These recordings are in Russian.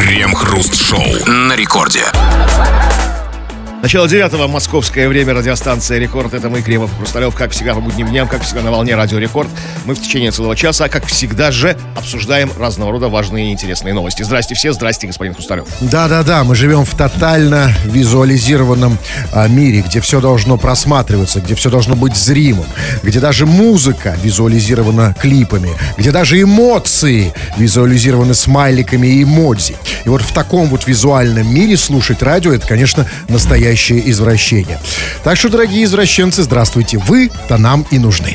Крем-хруст-шоу на рекорде. Начало 9-го, московское время, радиостанция «Рекорд». Это мы, Кремов, Хрусталев, как всегда, по будним дням, как всегда, на волне радио «Рекорд». Мы в течение целого часа, как всегда же, обсуждаем разного рода важные и интересные новости. Здрасте все, здрасте, господин Хрусталев. Да-да-да, мы живем в тотально визуализированном мире, где все должно просматриваться, где все должно быть зримым, где даже музыка визуализирована клипами, где даже эмоции визуализированы смайликами и эмодзи. И вот в таком вот визуальном мире слушать радио — это, конечно, настоящее извращение. Так что, дорогие извращенцы, здравствуйте. Вы-то нам и нужны.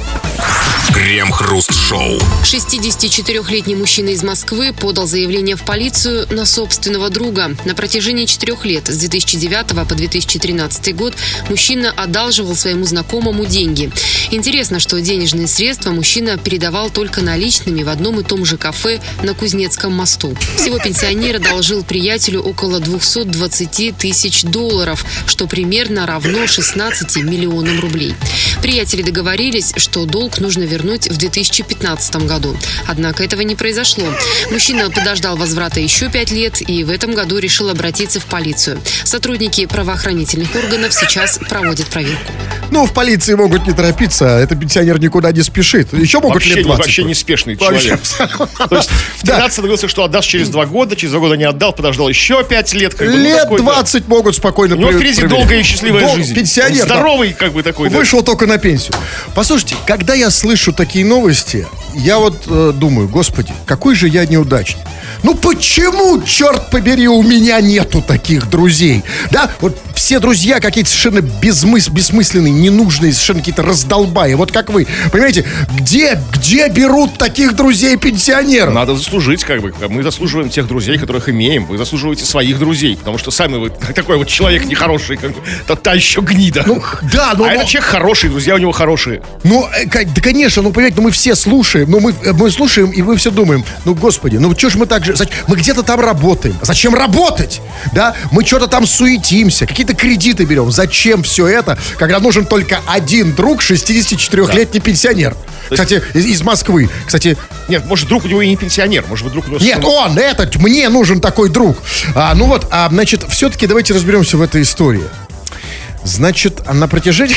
Крем-хруст-шоу. 64-летний мужчина из Москвы подал заявление в полицию на собственного друга. На протяжении 4 лет, с 2009 по 2013 год, мужчина одалживал своему знакомому деньги. Интересно, что денежные средства мужчина передавал только наличными в одном и том же кафе на Кузнецком мосту. Всего пенсионер одолжил приятелю около 220 тысяч долларов, что примерно равно 16 миллионам рублей. Приятели договорились, что долг нужно вернуть в 2015 году. Однако этого не произошло. Мужчина подождал возврата еще 5 лет и в этом году решил обратиться в полицию. Сотрудники правоохранительных органов сейчас проводят проверку. Ну, в полиции могут не торопиться, этот пенсионер никуда не спешит. Еще могут лет 20. Вообще неспешный человек. То есть в 13 договорился, что отдаст через 2 года, через 2 года не отдал, подождал еще 5 лет. Лет 20 могут спокойно проверить. У него впереди долгая и счастливая жизнь. Пенсионер. Здоровый такой. Вышел только на пенсию. Послушайте, когда я слышу такие новости, я вот думаю, господи, какой же я неудачник. Ну почему, черт побери, у меня нету таких друзей? Да, вот все друзья какие-то совершенно бессмысленные, ненужные, совершенно какие-то раздолбаи. Вот как вы, понимаете, где берут таких друзей пенсионеров? Надо заслужить, мы заслуживаем тех друзей, которых имеем. Вы заслуживаете своих друзей, потому что сами вы такой вот человек нехороший, та еще гнида. Ну, да, но... этот человек хороший, друзья у него хорошие. Ну, да, конечно, понимаете, мы все слушаем, мы слушаем, и мы все думаем, господи, что ж мы так же, мы где-то там работаем. Зачем работать? Да, мы что-то там суетимся, какие-то кредиты берем. Зачем все это, когда нужен только один друг, 64-летний пенсионер? Кстати, из Москвы. Кстати, нет, может, друг у него и не пенсионер, может быть, друг у него... Нет, мне нужен такой друг. Значит, все-таки давайте разберемся в этой истории. Значит, на протяжении...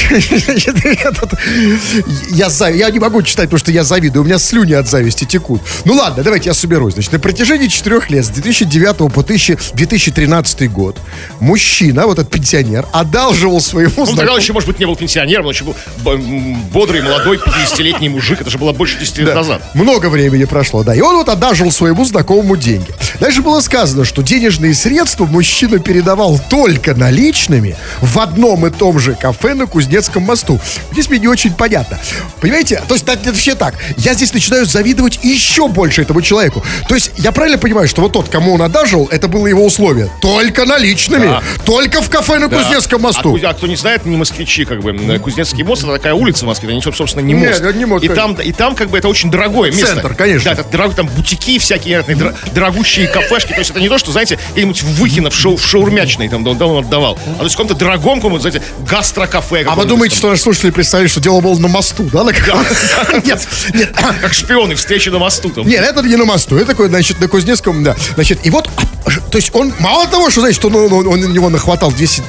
Я не могу читать, потому что я завидую. У меня слюни от зависти текут. Ну ладно, давайте я соберусь. Значит, на протяжении 4 лет, с 2009 по 2013 год, мужчина, вот этот пенсионер, одалживал своему знакомому... тогда еще, может быть, не был пенсионером, но еще был бодрый, молодой, 50-летний мужик. Это же было больше 10 лет назад. Много времени прошло, да. И он вот одалживал своему знакомому деньги. Дальше было сказано, что денежные средства мужчина передавал только наличными в одном и том же кафе на Кузнецком мосту. Здесь мне не очень понятно. Понимаете? То есть это вообще так. Я здесь начинаю завидовать еще больше этому человеку. То есть я правильно понимаю, что вот тот, кому он одалживал, это было его условие. Только наличными. Да. Только в кафе на Кузнецком мосту. А кто не знает, не москвичи, Кузнецкий мост — это такая улица в Москве, это, собственно, не мост. Нет, не мост. И там это очень дорогое место. Центр, конечно. Да, это дорогой, там бутики всякие, дорогущие кафешки. То есть это не то, что, знаете, где-нибудь в Выхино, в шаурмячной там он отдавал. А то есть в каком-то дорогом, знаете, гастрокафе. А вы думаете, что наши слушатели представили, что дело было на мосту, да? Нет. Как шпионы, встречи на мосту. Нет, это не на мосту, это такой, значит, на Кузнецком, да. Значит, и вот, то есть он, мало того, что, значит, он у него нахватал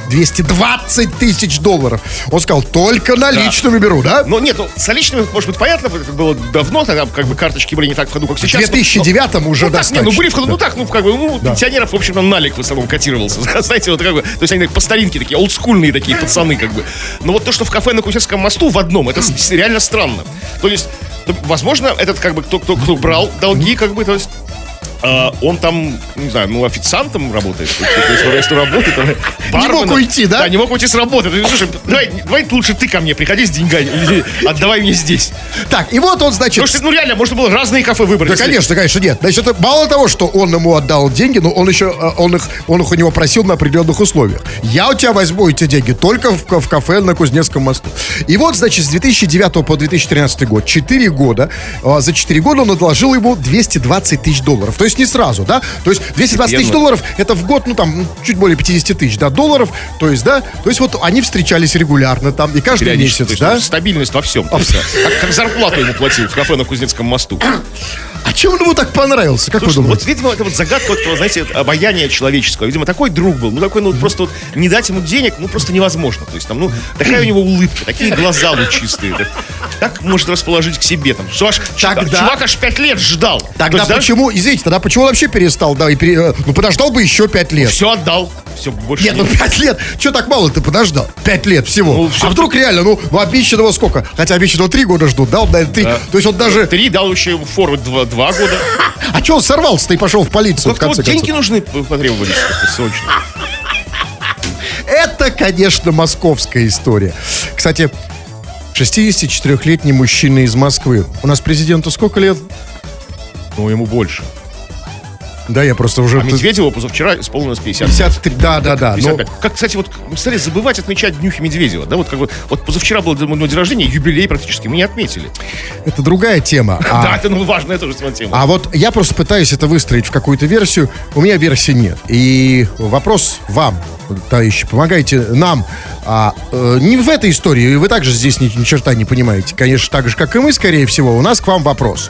220 тысяч долларов, он сказал, только наличными беру, да? Но нет, с наличными, может быть, понятно, это было давно, тогда карточки были не так в ходу, как сейчас. В 2009-м уже достаточно. Были в ходу, пенсионеров, в общем, налик в основном котировался, знаете, то есть они по старинке такие, олдскульные такие пацаны, Но вот то, что в кафе на Кузнецком мосту в одном, это реально странно. То есть, возможно, этот кто брал долги, то есть он там, не знаю, официантом работает. Если работает, не мог уйти, да? Да, не мог уйти с работы. Слушай, давай лучше ты ко мне приходи с деньгами, или отдавай мне здесь. Так, и вот он, значит... Потому что, реально, можно было разные кафе выбрать. Да, конечно, нет. Значит, это мало того, что он ему отдал деньги, но он еще, он их у него просил на определенных условиях. Я у тебя возьму эти деньги только в кафе на Кузнецком мосту. И вот, значит, с 2009 по 2013 год, 4 года, за 4 года он одолжил ему 220 тысяч долларов. То есть не сразу, да? То есть 220 тысяч долларов, это в год, чуть более 50 тысяч, да, долларов. То есть вот они встречались регулярно там, и каждый месяц, да? Стабильность во всем. Как зарплату ему платил в кафе на Кузнецком мосту. А чем он ему так понравился? Как Слушай, вы думаете? вот, видимо, это вот загадка, вот, знаете, обаяния человеческого. Видимо, такой друг был, такой, просто вот не дать ему денег, просто невозможно. То есть там, такая у него улыбка, такие глаза лучистые. Так может расположить к себе там. Чувак аж 5 лет ждал. Тогда почему, извините, почему он вообще перестал? Да, подождал бы еще 5 лет. Все отдал. Все, больше Нет, 5 лет. Че так мало ты подождал? 5 лет всего. А вдруг реально, обещанного сколько? Хотя обещанного 3 года ждут, да? Он, наверное, 3. Да. То есть он даже... 3 дал еще ему фору 2 года. А че он сорвался-то и пошел в полицию, в конце концов? Деньги нужны потребовались срочно. Это, конечно, московская история. Кстати, 64-летний мужчина из Москвы. У нас президенту сколько лет? Ему больше. Да, я просто уже... А Медведеву позавчера исполнилось 50. 53, да. 55. Как, кстати, вот стали забывать отмечать Днюхи Медведева. Да, вот позавчера был день рождения, юбилей практически мы не отметили. Это другая тема. Да, это важная тоже тема. А вот я просто пытаюсь это выстроить в какую-то версию. У меня версии нет. И вопрос вам, товарищи, помогайте нам. Не в этой истории, вы также здесь ни черта не понимаете. Конечно, так же, как и мы, скорее всего. У нас к вам вопрос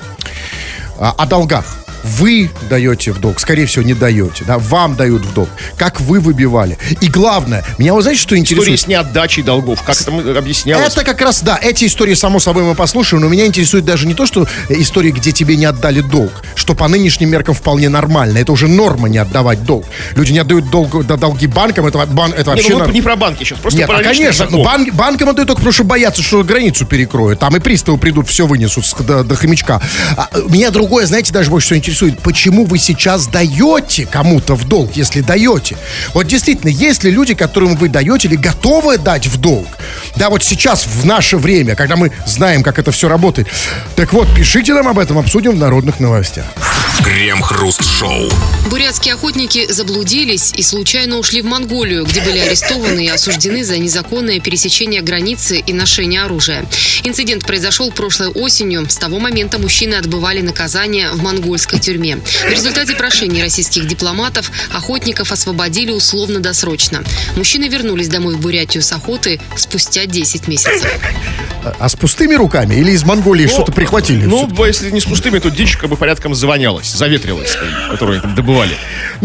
о долгах. Вы даете в долг, скорее всего, не даете, да, вам дают в долг. Как вы выбивали. И главное, меня, вы знаете, что интересует? История с неотдачей долгов, как это объяснялось? Это как раз, да, эти истории, само собой, мы послушаем, но меня интересует даже не то, что история, где тебе не отдали долг, что по нынешним меркам вполне нормально. Это уже норма не отдавать долг. Люди не отдают долги банкам, это вообще... Не про банки сейчас, просто нет, про конечно, банкам отдают только потому, что боятся, что границу перекроют. Там и приставы придут, все вынесут до хомячка. Меня другое, знаете, даже больше что интересует. Почему вы сейчас даете кому-то в долг, если даете? Вот действительно, есть ли люди, которым вы даете или готовы дать в долг? Да, вот сейчас, в наше время, когда мы знаем, как это все работает. Так вот, пишите нам об этом, обсудим в народных новостях. Крем-хруст-шоу. Бурятские охотники заблудились и случайно ушли в Монголию, где были арестованы и осуждены за незаконное пересечение границы и ношение оружия. Инцидент произошел прошлой осенью. С того момента мужчины отбывали наказание в монгольской тюрьме. В результате прошений российских дипломатов охотников освободили условно-досрочно. Мужчины вернулись домой в Бурятию с охоты спустя 10 месяцев. А с пустыми руками или из Монголии что-то прихватили? Если не с пустыми, то дичь порядком завонялась, заветрилась, которую там добывали.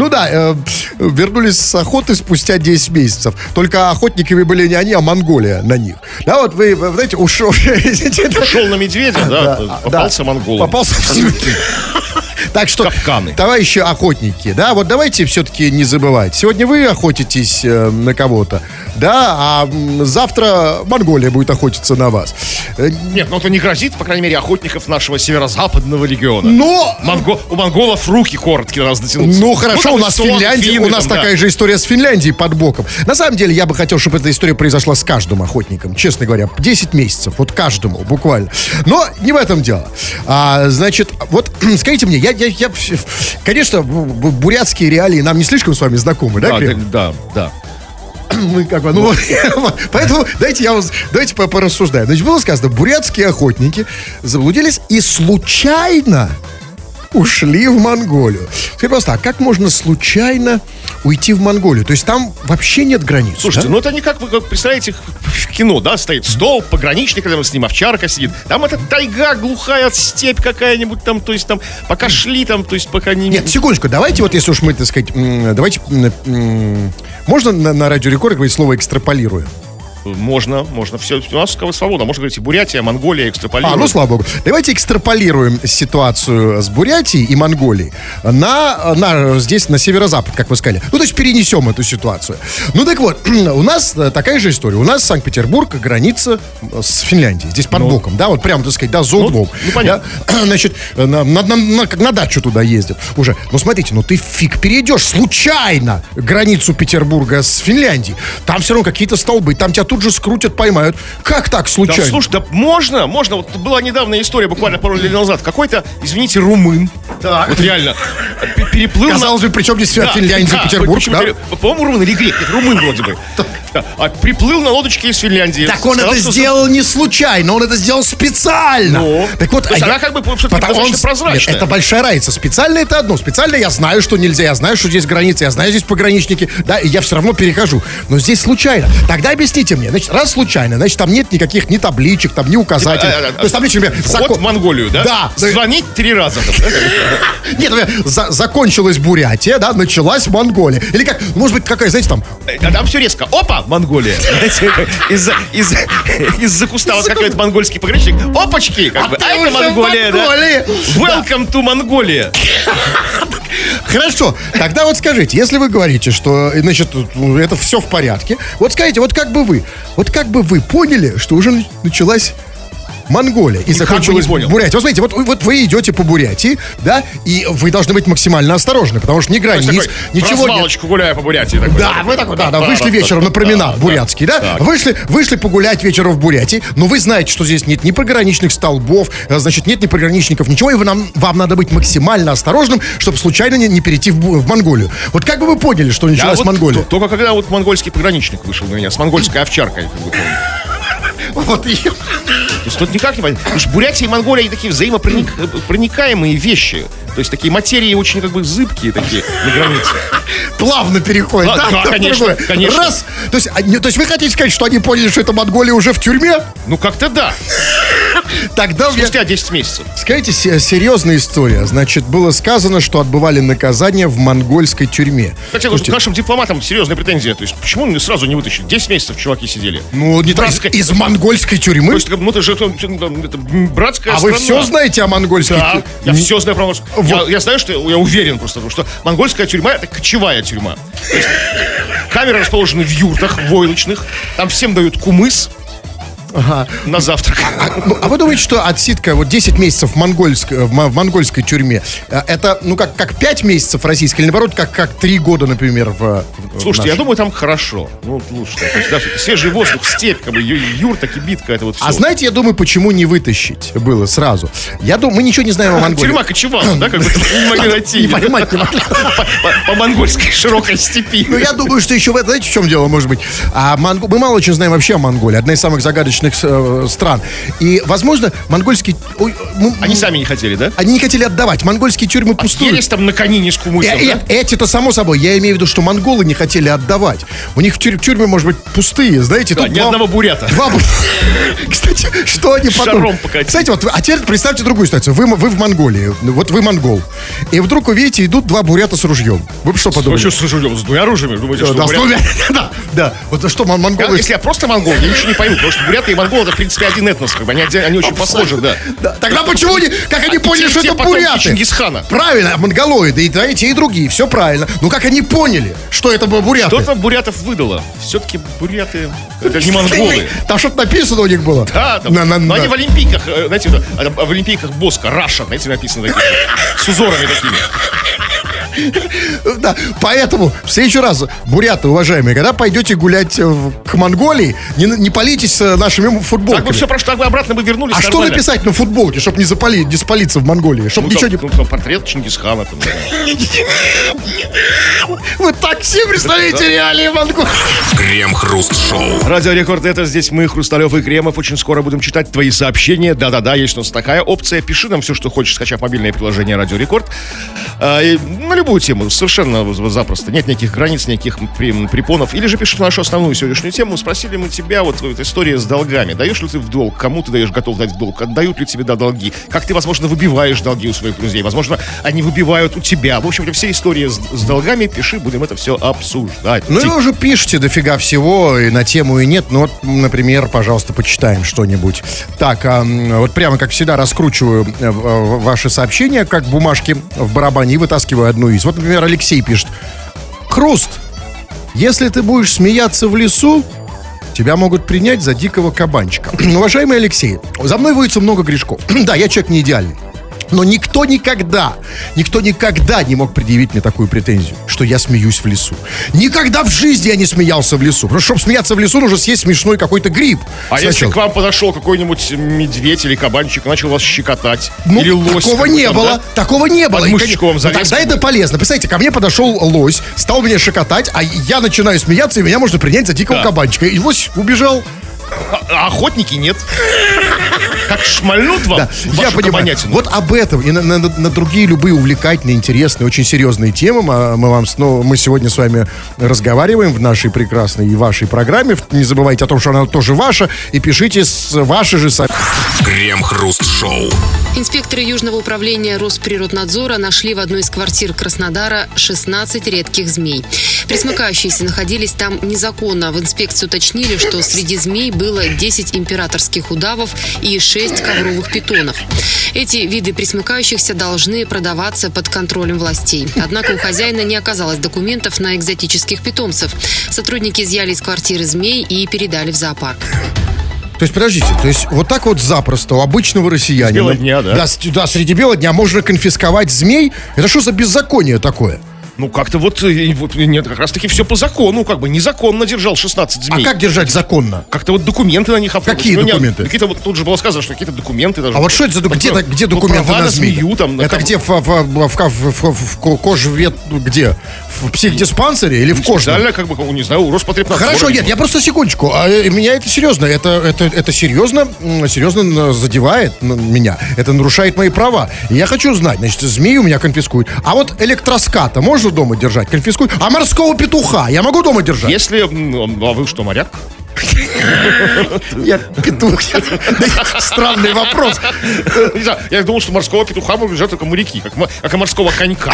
Вернулись с охоты спустя 10 месяцев. Только охотниками были не они, а Монголия на них. Да, вот вы знаете, ушел на медведя, попался монголом. Попался в симки. Так что, капканы. Товарищи охотники, да, вот давайте все-таки не забывать. Сегодня вы охотитесь на кого-то, да, а завтра Монголия будет охотиться на вас. Нет, это не грозит, по крайней мере, охотников нашего северо-западного региона. Но... У монголов руки короткие раз дотянутся. Хорошо, у нас Финляндия, у нас такая же история с Финляндией под боком. На самом деле, я бы хотел, чтобы эта история произошла с каждым охотником, честно говоря. 10 месяцев, вот каждому, буквально. Но не в этом дело. Значит, вот скажите мне, конечно, бурятские реалии нам не слишком с вами знакомы, да, Крем? Да. Мы поэтому давайте порассуждаем. Значит, было сказано, бурятские охотники заблудились и случайно ушли в Монголию. Скажите просто, а как можно случайно уйти в Монголию? То есть там вообще нет границ. Слушайте, это не как вы представляете в кино, да, стоит столб, пограничник, рядом с ним овчарка сидит. Там это тайга, глухая степь какая-нибудь там, то есть там, пока шли там, то есть пока не... Нет, секундочку, давайте вот, если уж мы, так сказать, давайте, можно на Радио Рекорд говорить слово «экстраполируя»? Можно. Все, у нас свобода. Можно говорить и Бурятия, Монголия, экстраполируем. Слава богу. Давайте экстраполируем ситуацию с Бурятией и Монголией здесь, на северо-запад, как вы сказали. То есть перенесем эту ситуацию. Так вот, у нас такая же история. У нас Санкт-Петербург, граница с Финляндией. Здесь под боком, да, вот прямо, так сказать, да, за углом. Понятно. Да? Значит, на дачу туда ездят уже. Смотрите, ты фиг перейдешь случайно границу Петербурга с Финляндией. Там все равно какие-то столбы, там тебя тут же скрутят, поймают. Как так случайно? Да, слушай, можно. Вот была недавняя история, буквально пару лет назад. Какой-то, извините, румын. Так. Вот реально. Переплыл. Казалось бы, причем здесь Финляндия, Петербург, да? По-моему, румын или грек. Румын вроде бы. А приплыл на лодочке из Финляндии. Так он Сказал, это что- сделал не случайно, он это сделал специально. Ну, так вот, то есть она как бы все-таки потому достаточно он- прозрачная. Нет, это большая разница. Специально это одно. Специально я знаю, что нельзя, я знаю, что здесь границы, я знаю, здесь пограничники, да, и я все равно перехожу. Но здесь случайно. Тогда объясните мне, значит, раз случайно, значит, там нет никаких ни табличек, там ни указателей. То есть табличек, например, Вход в Монголию, да? Да. Звонить 3 раза. там, да? Нет, например, закончилась Бурятия, да, началась Монголия. Или как, может быть, какая, знаете, там, А там все резко. Опа, Монголия. Знаете, из-за куста вот какой-то монгольский пограничник. Опачки, как бы. ты А это уже в Монголия, да? Монголии. Welcome to Mongolia. Хорошо, тогда вот скажите, если вы говорите, что, значит, это все в порядке, вот скажите, вот как бы вы поняли, что уже началась Монголия и Никак бы закончилась не понял. Бурятия. Вот смотрите, вот вы идете по Бурятии, да, и вы должны быть максимально осторожны, потому что ни границ, ничего нет. Развалочку гуляя по Бурятии. такой. Да, вы такой, да, вышли вечером на променад бурятский, да? Вышли погулять вечером в Бурятии, но вы знаете, что здесь нет ни пограничных столбов, значит, нет ни пограничников, ничего, и вам надо быть максимально осторожным, чтобы случайно не перейти в Монголию. Вот как бы вы поняли, что Я началась вот Монголия? Только когда вот монгольский пограничник вышел на меня с монгольской овчаркой. Как бы, помню. Вот и- То есть тут никак не понятно. Потому что Бурятия и Монголия, они такие взаимопроникаемые вещи. То есть такие материи очень как бы зыбкие такие на границе. плавно переходит. Да, в конечно, другое. конечно. Раз. То есть вы хотите сказать, что они поняли, что это Монголия уже в тюрьме? Ну как-то да. Тогда мне... Спустя 10 месяцев. Скажите, серьезная история. Значит, было сказано, что отбывали наказание в монгольской тюрьме. Хотя к нашим дипломатам серьезная претензия. То есть почему сразу не вытащили? 10 месяцев чуваки сидели. Ну, не Братская- из монгольской То тюрьмы? есть, ну это же это братская А страна. вы все знаете о монгольской Да, тюрьме? я все знаю про монгольскую. Вот. Я знаю, что я уверен просто, что монгольская тюрьма — это кочевая тюрьма. То есть камеры расположены в юртах войлочных, там всем дают кумыс на завтрак. А вы думаете, что отсидка вот 10 месяцев в монгольской тюрьме, это, ну, как 5 месяцев российской, или наоборот, как 3 года, например, в Слушайте, я нашей? думаю, там хорошо. Ну, лучше. То есть, да, свежий воздух, степь, как бы, юрта, кибитка, это вот все. А знаете, я думаю, почему не вытащить было сразу? Я думаю, мы ничего не знаем о Монголии. Тюрьма кочевала, да, как бы не могли найти. Не понимать не могли. По монгольской широкой степи. Ну, я думаю, что еще, знаете, в чем дело, может быть? Мы мало очень знаем вообще о Монголии. Одна из самых загадочных стран. И, возможно, монгольские... Они сами не хотели, да? Они не хотели отдавать. Монгольские тюрьмы пустуют. Елись там на конине с кумысом, да? Эти-то само собой. Я имею в виду, что монголы не хотели отдавать. У них тюрьмы, может быть, пустые, знаете. Да, тут ни одного бурята. Кстати, что они потом... Шаром покатить. Кстати, вот, а теперь представьте другую ситуацию. Вы в Монголии. Вот вы монгол. И вдруг вы видите, идут два бурята с ружьем. Вы бы что подумали? Что с ружьем? С двумя оружиями? Думаете, что Да, буряты- да. Вот что, монголы... Если я просто монгол, я ничего не пойму, потому что буряты и монголы — это, в принципе, один этнос, как бы, они очень похожи, да. Да, тогда почему они, как они поняли, те- что те это потомки буряты? Чингисхана. Правильно, монголоиды, и те, и другие, все правильно. Ну как они поняли, что это были буряты? Кто-то бурятов выдало. Все-таки буряты — это не монголы. Там что-то написано у них было. Да, там, но они в Олимпийках, знаете, в Олимпийках Боска, Russia, знаете, написано такие, с узорами такими. Да, поэтому в следующий раз, буряты, уважаемые, когда пойдете гулять к Монголии, не политесь нашими Так бы футболками. все прошло, так бы обратно бы вернулись. А что нормально. написать на футболке, чтобы не спалиться в Монголии? Чтобы Ну, ничего там, не... ну, там портрет Чингисхана. Там, да. Вы так все представляете реалии Монголии. Крем-хруст-шоу. Радио Рекорд, это здесь мы, Хрусталев и Кремов. Очень скоро будем читать твои сообщения. Да-да-да, есть у нас такая опция. Пиши нам все, что хочешь, скачав мобильное приложение Радио Рекорд. На любую тему, совершенно запросто. Нет никаких границ, никаких препонов. Или же пиши нашу основную сегодняшнюю тему. Спросили мы тебя, вот эта история с долгами. Даешь ли ты в долг? Кому ты даешь, готов дать в долг? Отдают ли тебе долги? Как ты, возможно, выбиваешь долги у своих друзей? Возможно, они выбивают у тебя. В общем-то, все истории с долгами пиши, будем это все обсуждать. Ну, и вы уже пишете дофига всего, и на тему, и нет. Ну, вот, например, пожалуйста, почитаем что-нибудь. Так, вот прямо, как всегда, раскручиваю ваши сообщения, как бумажки в барабане, и вытаскиваю одну из. Вот, например, Алексей пишет. Хруст, если ты будешь смеяться в лесу, тебя могут принять за дикого кабанчика. Уважаемый Алексей, за мной водится много грешков. Да, я человек не идеальный. Но никто никогда не мог предъявить мне такую претензию, что я смеюсь в лесу. Никогда в жизни я не смеялся в лесу. Потому что, чтобы смеяться в лесу, нужно съесть смешной какой-то гриб. А если к вам подошел какой-нибудь медведь или кабанчик, начал вас щекотать? Ну, или лось? Такого не было. Да? Такого не было. Под мышечку вам залез, тогда это полезно. Представляете, ко мне подошел лось, стал меня щекотать, а я начинаю смеяться, и меня можно принять за дикого кабанчика. И лось убежал. А охотники нет. Как шмальнут вам я понимаю. кабанятину. Вот об этом и на другие любые увлекательные, интересные, очень серьезные темы мы сегодня с вами разговариваем в нашей прекрасной и вашей программе. Не забывайте о том, что она тоже ваша, и пишите ваши же сообщения. Крем-хруст-шоу. Инспекторы Южного управления Росприроднадзора нашли в одной из квартир Краснодара 16 редких змей. Пресмыкающиеся находились там незаконно. В инспекции уточнили, что среди змей было 10 императорских удавов и 6 ковровых питонов. Эти виды пресмыкающихся должны продаваться под контролем властей. Однако у хозяина не оказалось документов на экзотических питомцев. Сотрудники изъяли из квартиры змей и передали в зоопарк. То есть, подождите, вот так вот запросто у обычного россиянина... Бела дня, да? Да, среди бела дня можно конфисковать змей? Это что за беззаконие такое? Ну, как-то нет, как раз-таки все по закону, как бы незаконно держал 16 змей. А как держать законно? Как-то вот документы на них оформить. Какие документы? Какие-то вот тут же было сказано, что какие-то документы даже. А вот что это за где документы права на змею? змею там? Это где, в кожвет, где? В психдиспансере или в кожном? Специально, как бы, не знаю, у Роспотребнадзора. Хорошо, нет, я просто секундочку. Меня это серьезно. Это серьезно задевает меня. Это нарушает мои права. И я хочу знать, значит, змеи у меня конфискуют. А вот электроската можно дома держать? Конфискуют. А морского петуха я могу дома держать? Если... А вы что, моряк? Я петух. Странный вопрос. Не знаю, я думал, что морского петуха могут держать только моряки, как и морского конька.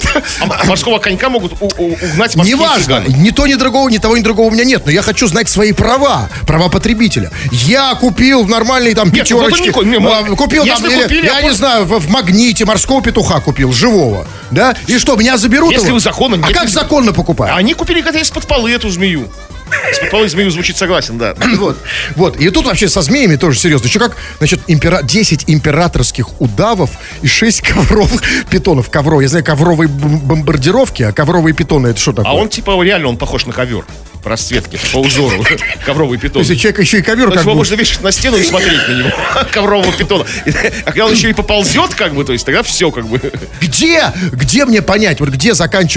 А морского конька могут угнать морские неважно, цыганы. ни того, ни другого у меня нет. Но я хочу знать свои права потребителя. Я купил в нормальной там пятерочке. Купил там, я не знаю, в Магните морского петуха купил, живого. Да? И что, меня заберут Если его? вы законно... А как законно покупать? Они купили когда из-под полы эту змею. Из-под полы змею звучит согласен, да. Вот. И тут вообще со змеями тоже серьезно. Еще как, значит, 10 императорских удавов и 6 ковровых питонов. Я знаю, ковровые бомбардировки, а ковровые питоны это что такое? А он типа реально он похож на ковер. По расцветке, по узору. Ковровый питон. Если человек еще и ковер то как есть его бы... можно вешать на стену и смотреть на него. Коврового питона. А когда он еще и поползет, как бы, то есть тогда все как бы... Где мне понять, вот где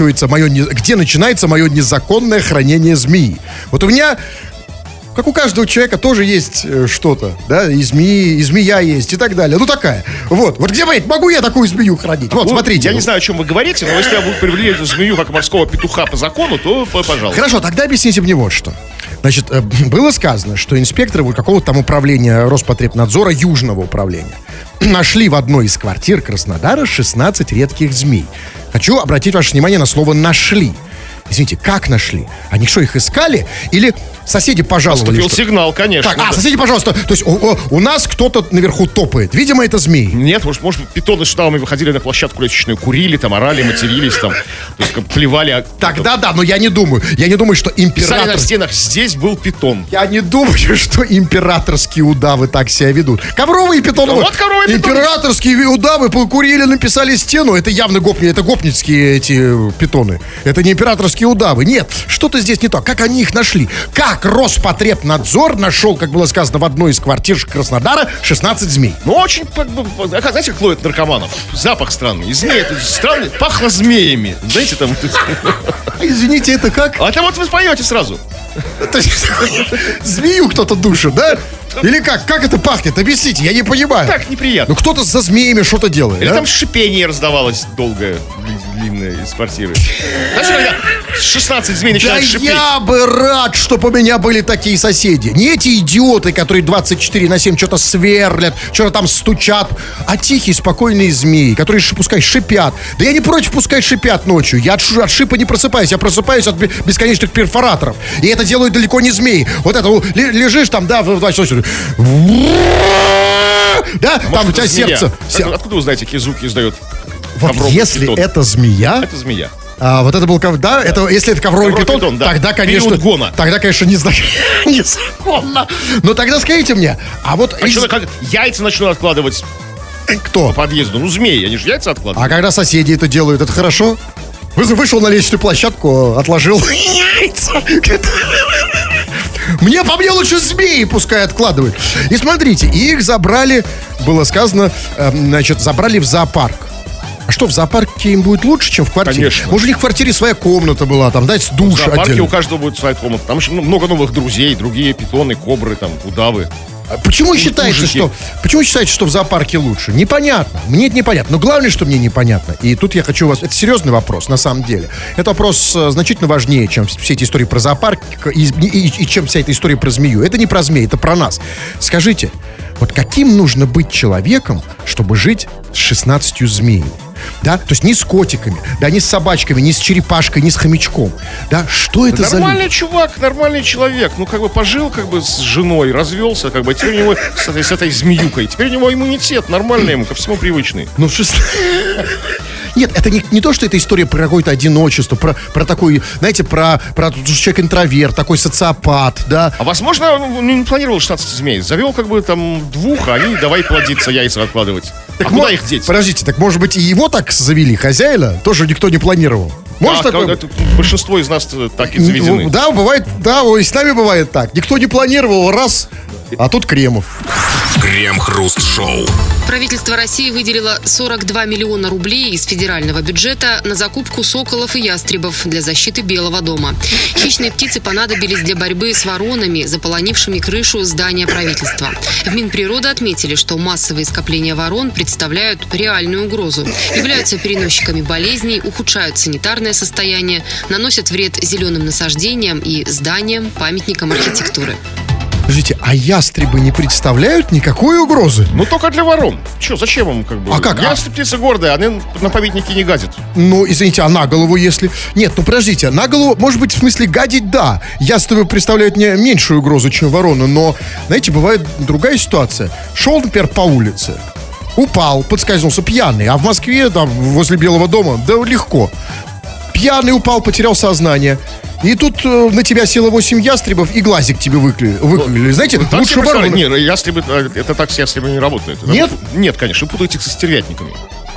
где начинается мое незаконное хранение змеи? Вот у меня, как у каждого человека, тоже есть что-то, да, и змея есть, и так далее. Ну, такая. Вот где, могу я такую змею хранить? Вот, смотрите. Я не знаю, о чем вы говорите, но если я буду привели эту змею как морского петуха по закону, то пожалуйста. Хорошо, тогда объясните мне вот что. Значит, было сказано, что инспекторы вот какого-то там управления Роспотребнадзора, Южного управления, нашли в одной из квартир Краснодара 16 редких змей. Хочу обратить ваше внимание на слово «нашли». Извините, как нашли? Они что, их искали? Или соседи пожаловали? Поступил сигнал, конечно. Так, соседи, пожалуйста. То есть у нас кто-то наверху топает. Видимо, это змеи. Нет, может питоны с шнавами выходили на площадку лестничную, курили, там, орали, матерились, там, то есть, как, плевали. Тогда да, но я не думаю, что император... Писали на стенах, здесь был питон. Я не думаю, что императорские удавы так себя ведут. Ковровые питоны. Вот ковровые питоны. Императорские удавы покурили, написали стену. Это явно гопницкие эти питоны. Это не императорские удавы. Нет, что-то здесь не так. Как они их нашли? Как Роспотребнадзор нашел, как было сказано, в одной из квартир Краснодара 16 змей? Ну, очень, знаете, как ловят наркоманов? Запах странный. И змеи, это странный, пахло змеями. Знаете, там... Извините, это как? А это вот вы поете сразу. Змею кто-то душит, да? Или как? Как это пахнет? Объясните, я не понимаю. Так, неприятно. Ну, кто-то за змеями что-то делает, Или да? там шипение раздавалось долгое, длинное из квартиры. Знаешь, когда 16 змей начинают шипеть? Я бы рад, чтобы у меня были такие соседи. Не эти идиоты, которые 24/7 что-то сверлят, что-то там стучат, а тихие, спокойные змеи, которые, пускай, шипят. Да я не против, пускай шипят ночью. Я от шипа не просыпаюсь, я просыпаюсь от бесконечных перфораторов. И это делают далеко не змеи. Вот это, лежишь там, да, в 2 часа. Да, там у тебя сердце. Откуда вы знаете, какие звуки издает? Вот если это змея... Это змея. Вот это был, да, это, если это ковровый питон, да. тогда, конечно, незаконно. Но тогда скажите мне, а вот... Как яйца начнут откладывать Кто? по подъезду. Ну, змеи, они же яйца откладывают. А когда соседи это делают, это хорошо? Вышел на лестничную площадку, отложил яйца. По мне лучше змеи пускай откладывают. И смотрите, их забрали, было сказано, забрали в зоопарк. А что, в зоопарке им будет лучше, чем в квартире? Конечно. Может, у них в квартире своя комната была, там, дать душ В зоопарке отдельно. у каждого будет своя комната. Там еще много новых друзей, другие питоны, кобры, там, удавы. Почему считаете, что в зоопарке лучше? Непонятно. Мне это непонятно. Но главное, что мне непонятно. И тут я хочу вас... Это серьезный вопрос, на самом деле. Это вопрос значительно важнее, чем все эти истории про зоопарк и чем вся эта история про змею. Это не про змей, это про нас. Скажите, вот каким нужно быть человеком, чтобы жить с 16 змеями? Да? То есть не с котиками, да, не с собачками, не с черепашкой, не с хомячком. Да? Что это за Нормальный люди? чувак, нормальный человек. Ну, как бы пожил, как бы с женой, развелся, как бы, теперь у него с этой змеюкой. Теперь у него иммунитет нормальный ему, ко всему привычный. Ну, Нет, это не то, что это история про какое-то одиночество, про такой, знаете, про человек интроверт, такой социопат, да. А возможно, он не планировал 16 змей. Завел как бы там 2, а они давай плодиться, яйца откладывать. Так куда их деть? Подождите, так может быть и его так завели, хозяина? Тоже никто не планировал. Может такое? Большинство из нас так и заведены. Да, бывает, да, и с нами бывает так. Никто не планировал, раз, а тут Кремов. Крем-хруст-шоу. Правительство России выделило 42 миллиона рублей из федерального бюджета на закупку соколов и ястребов для защиты Белого дома. Хищные птицы понадобились для борьбы с воронами, заполонившими крышу здания правительства. В Минприроды отметили, что массовые скопления ворон представляют реальную угрозу. Являются переносчиками болезней, ухудшают санитарное состояние, наносят вред зеленым насаждениям и зданиям, памятникам архитектуры. Подождите, а ястребы не представляют никакой угрозы? Ну, только для ворон. Че, зачем им как бы? А как? Ястреб птица гордая, они на памятники не гадят. Ну, извините, а на голову если... Нет, ну подождите, на голову, может быть, в смысле гадить, да. Ястребы представляют не меньшую угрозу, чем вороны, но, знаете, бывает другая ситуация. Шел, например, по улице, упал, подскользнулся, пьяный, а в Москве, там, возле Белого дома, да легко. Пьяный упал, потерял сознание. И тут на тебя село 8 ястребов и глазик тебе выклюли. Знаете, Так лучше себе ворона. представляю. Нет, ястребы, это так с ястребами не работает. Нет? Нет, конечно, вы путаете их со стервятниками.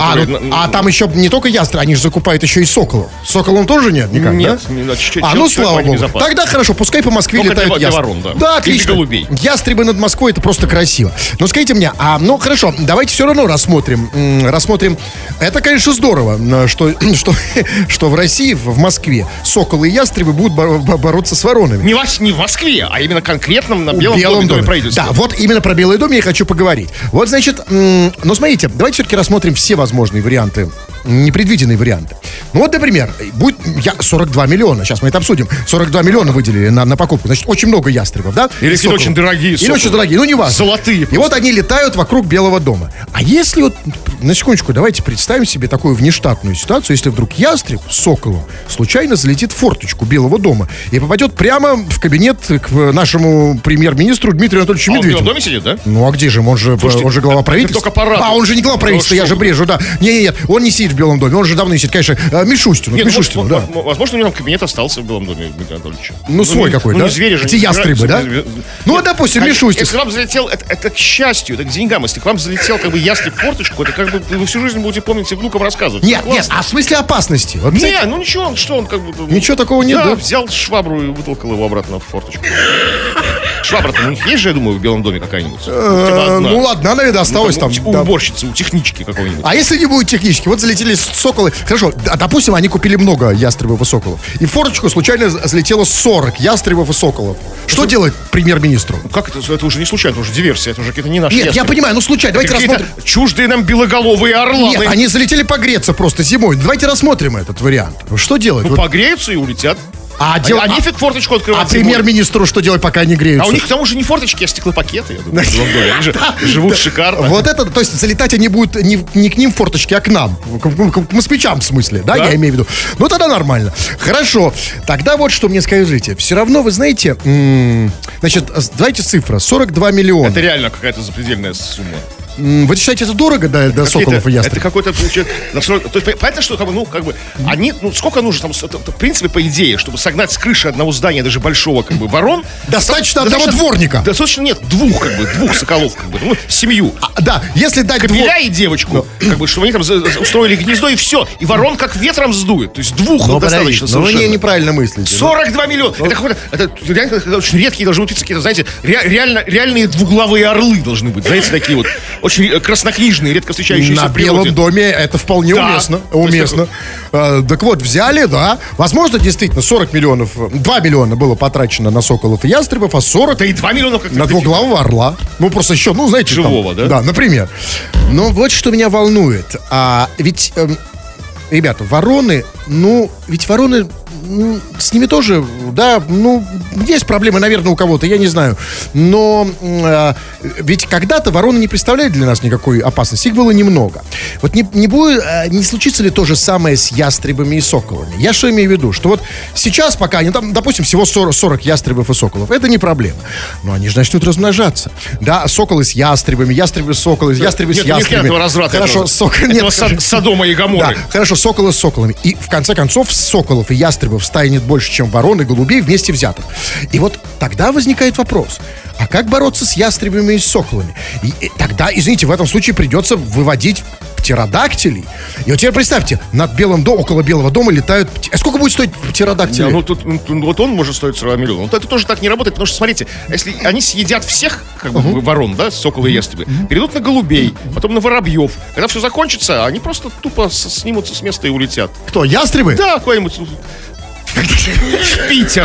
А там еще не только ястребы, они же закупают еще и соколов. Соколом тоже нет никак, Нет, да? чуть-чуть. Ну слава богу. Тогда хорошо, пускай по Москве Только летают для ястребы. ворон, да. Да, И отлично. для голубей. Ястребы над Москвой — это просто красиво. Но скажите мне, ну хорошо, давайте все равно рассмотрим. Это, конечно, здорово, что в России, в Москве, соколы и ястребы будут бороться с воронами. Не в Москве, а именно конкретно на Белом доме правительства. Да, вот именно про Белый дом я и хочу поговорить. Вот, значит, ну смотрите, давайте все-таки рассмотрим все возможные варианты, непредвиденные варианты. Ну вот, например, будет 42 миллиона, сейчас мы это обсудим. 42 миллиона выделили на покупку, значит, очень много ястребов, да? Или соколов. очень дорогие Или соколы. очень дорогие, ну не важно. Золотые И просто. вот они летают вокруг Белого дома. А если вот, на секундочку, давайте представим себе такую внештатную ситуацию, если вдруг ястреб с соколом случайно залетит в форточку Белого дома и попадет прямо в кабинет к нашему премьер-министру Дмитрию Анатольевичу А он в Медведеву. Белом доме сидит, да? Ну а где же? Он же глава это правительства. только по радио. А, он же не глава правительства, Ну, я что же вы. брежу, да. Нет, он не сидит в Белом доме, он же давно не сидит, конечно. Мишустину, Нет, Мишустину, да. возможно, у него там кабинет остался в Белом доме Дмитрия Анатольевича. Ну, свой какой, да? Не звери же. Эти не ястребы, да? собираются. Ну, вот, допустим, Мишустин. Если к вам залетел, это к счастью, это к деньгам. Если к вам залетел как бы ястреб в форточку, это как бы вы всю жизнь будете помнить и внукам рассказывать. Нет, Это нет, классно. а в смысле опасности? Вот, Не, знаете, ну ничего, что он как бы... Ничего такого нет, да? Взял швабру и вытолкал его обратно в форточку. Швабра-то у них есть же, я думаю, в Белом доме какая-нибудь? Хотя бы одна. Ну ладно, она, наверное, осталась там. У да. уборщицы, у технички какой-нибудь. А если не будет технически? Вот залетели соколы. Хорошо, допустим, они купили много ястребов и соколов. И в форточку случайно залетело 40 ястребов и соколов. Что делать премьер-министру? Как это? Это уже не случайно, это уже диверсия, это уже какие-то не наши Нет, я ястребы. понимаю, ну случайно. Давайте Какие-то рассмотрим. чуждые нам белоголовые орланы. Нет, они залетели погреться просто зимой. Давайте рассмотрим этот вариант. Что делать? Ну, Вот. погреются и улетят. А Они фиг форточку А открывают. зимой. премьер-министру что делать, пока они греются? А у них к тому же не форточки, а стеклопакеты, я думаю, в Белом доме. Они же живут шикарно. Вот это, то есть залетать они будут не к ним в форточке, а к нам. К москвичам, в смысле, да, Да. я имею в виду. Ну, тогда нормально. Хорошо. Тогда вот что мне скажите. Все равно, вы знаете, значит, давайте цифра. 42 миллиона. Это реально какая-то запредельная сумма. Вы считаете, это дорого до соколов и Это ястребов? какой-то получается. То есть, понятно, что они, сколько нужно там, в принципе, по идее, чтобы согнать с крыши одного здания, даже большого, ворон. Достаточно одного дворника. Достаточно, нет, двух соколов, семью. Да, если дать Кобеля и девочку, чтобы они там устроили гнездо, и все. И ворон как ветром сдует. То есть двух достаточно Но вы совершенно. неправильно мыслите. 42 миллиона. Это реально очень редкие должны быть какие-то, знаете, реальные двуглавые орлы должны быть. Знаете, такие вот очень краснокнижные, редко встречающиеся На в природе. Белом доме это вполне Да. уместно. Так вот, взяли, да. Возможно, действительно, 2 миллиона было потрачено на соколов и ястребов, а 40 Да и 2 миллиона как на двуглавого орла. Ну, просто еще, знаете... Живого, да? Да, например. Но вот что меня волнует. Ведь, ребята, вороны, с ними тоже, да, есть проблемы, наверное, у кого-то, я не знаю. Но ведь когда-то вороны не представляли для нас никакой опасности. Их было немного. Вот не случится ли то же самое с ястребами и соколами? Я что имею в виду? Что вот сейчас, пока они там, допустим, всего 40 ястребов и соколов, это не проблема. Но они же начнут размножаться. Да, соколы с ястребами, ястребы с соколами, ястребы с ястребами. Этого разврата. Хорошо, Содома и Гоморры. Да, хорошо, соколы с соколами. И в конце концов соколов и ястребов станет больше, чем ворон и голубей вместе взятых. И вот тогда возникает вопрос. А как бороться с ястребами и соколами? И тогда, извините, в этом случае придется выводить птеродактилей. И вот теперь представьте, около Белого дома летают... Сколько будет стоить птеродактили? Вот он может стоить 40 миллионов. Это тоже так не работает, потому что, смотрите, если они съедят всех, ворон, да, соколы и ястребы, перейдут на голубей, потом на воробьев. Когда все закончится, они просто тупо снимутся с места и улетят. Кто, ястребы? Да, какой-нибудь... Питер.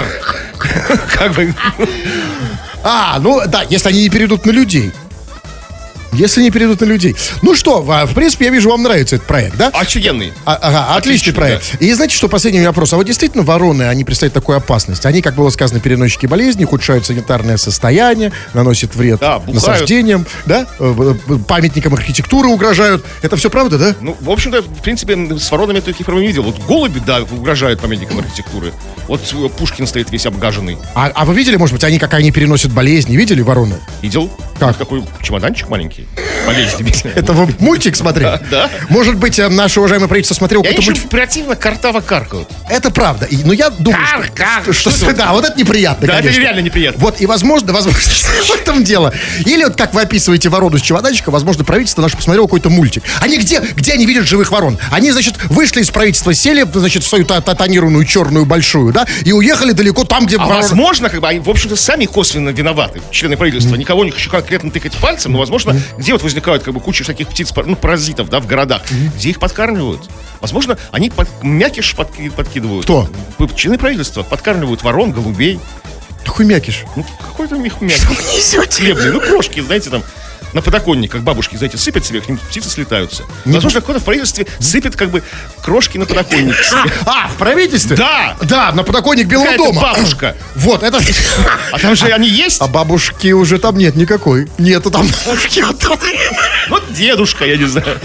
Если они не перейдут на людей. Если не перейдут на людей. Ну что, в принципе, я вижу, вам нравится этот проект, да? Офигенный. Отличный проект. Да. И знаете, что последний вопрос? А вот действительно вороны, они представляют такую опасность? Они, как было сказано, переносчики болезней, ухудшают санитарное состояние, наносят вред насаждениям, да? Памятникам архитектуры угрожают. Это все правда, да? В общем-то, в принципе, с воронами я таких проблем не видел. Вот голуби, да, угрожают памятникам архитектуры. Вот Пушкин стоит весь обгаженный. А вы видели, может быть, как они переносят болезни? Видели вороны? Видел. Как? Такой чемоданчик маленький. Болезни. Это вы мультик смотрели? Да. Может быть, наше уважаемое правительство смотрело какой-то мультик. оперативно картаво каркают. Это правда. Но я думаю, да, вот это неприятно, да, конечно. это реально неприятно. Вот, и возможно, в этом дело. Или вот как вы описываете ворону с чемоданчика, возможно, правительство наше посмотрело какой-то мультик. Они где они видят живых ворон? Они, значит, вышли из правительства, сели, значит, в свою тонированную черную большую, да, и уехали далеко там, где ворон... возможно, они, в общем-то, сами косвенно виноваты, члены правительства. Никого не хочу конкретно тыкать пальцем, но, возможно, где вот возникают куча таких птиц, паразитов, да, в городах, где их подкармливают. Возможно, они мякиш подкидывают. Кто? Члены правительства подкармливают ворон, голубей. Какой мякиш? Какой-то мякиш. Хлебный, крошки, знаете, там, на подоконник, как бабушки, знаете, сыпят себе, к ним птицы слетаются. Возможно, кто-то в правительстве сыпет крошки на подоконник. В правительстве? Да! Да, на подоконник Белого дома. Бабушка. Вот, это... А там же они есть? А бабушки уже там нет никакой. Нету там бабушки. Вот дедушка, я не знаю.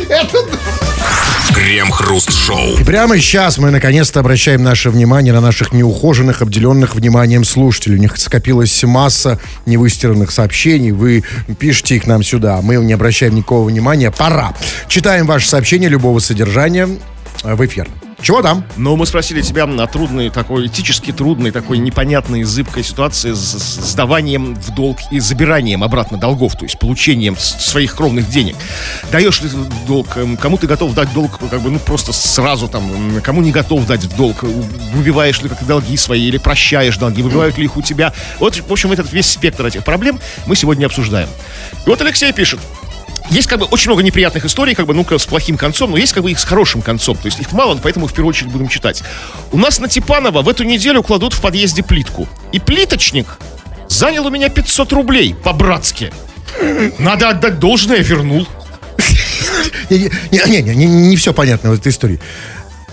Крем-хруст-шоу. И прямо сейчас мы наконец-то обращаем наше внимание на наших неухоженных, обделенных вниманием слушателей. У них скопилась масса невыстиранных сообщений. Вы пишите их нам сюда. Мы не обращаем никакого внимания. Пора. Читаем ваши сообщения любого содержания в эфир. Чего там? Но мы спросили тебя на этически трудной, такой непонятной, зыбкой ситуации с сдаванием в долг и забиранием обратно долгов, то есть получением своих кровных денег. Даешь ли ты долг, кому ты готов дать долг, просто сразу там, кому не готов дать долг, выбиваешь ли как долги свои или прощаешь долги, выбивают ли их у тебя. Вот, в общем, этот весь спектр этих проблем мы сегодня обсуждаем. И вот Алексей пишет. Есть очень много неприятных историй, с плохим концом, но есть их с хорошим концом. То есть их мало, поэтому в первую очередь будем читать. У нас на Типанова в эту неделю кладут в подъезде плитку. И плиточник занял у меня 500 рублей по-братски. Надо отдать должное, вернул. Не все понятно в этой истории.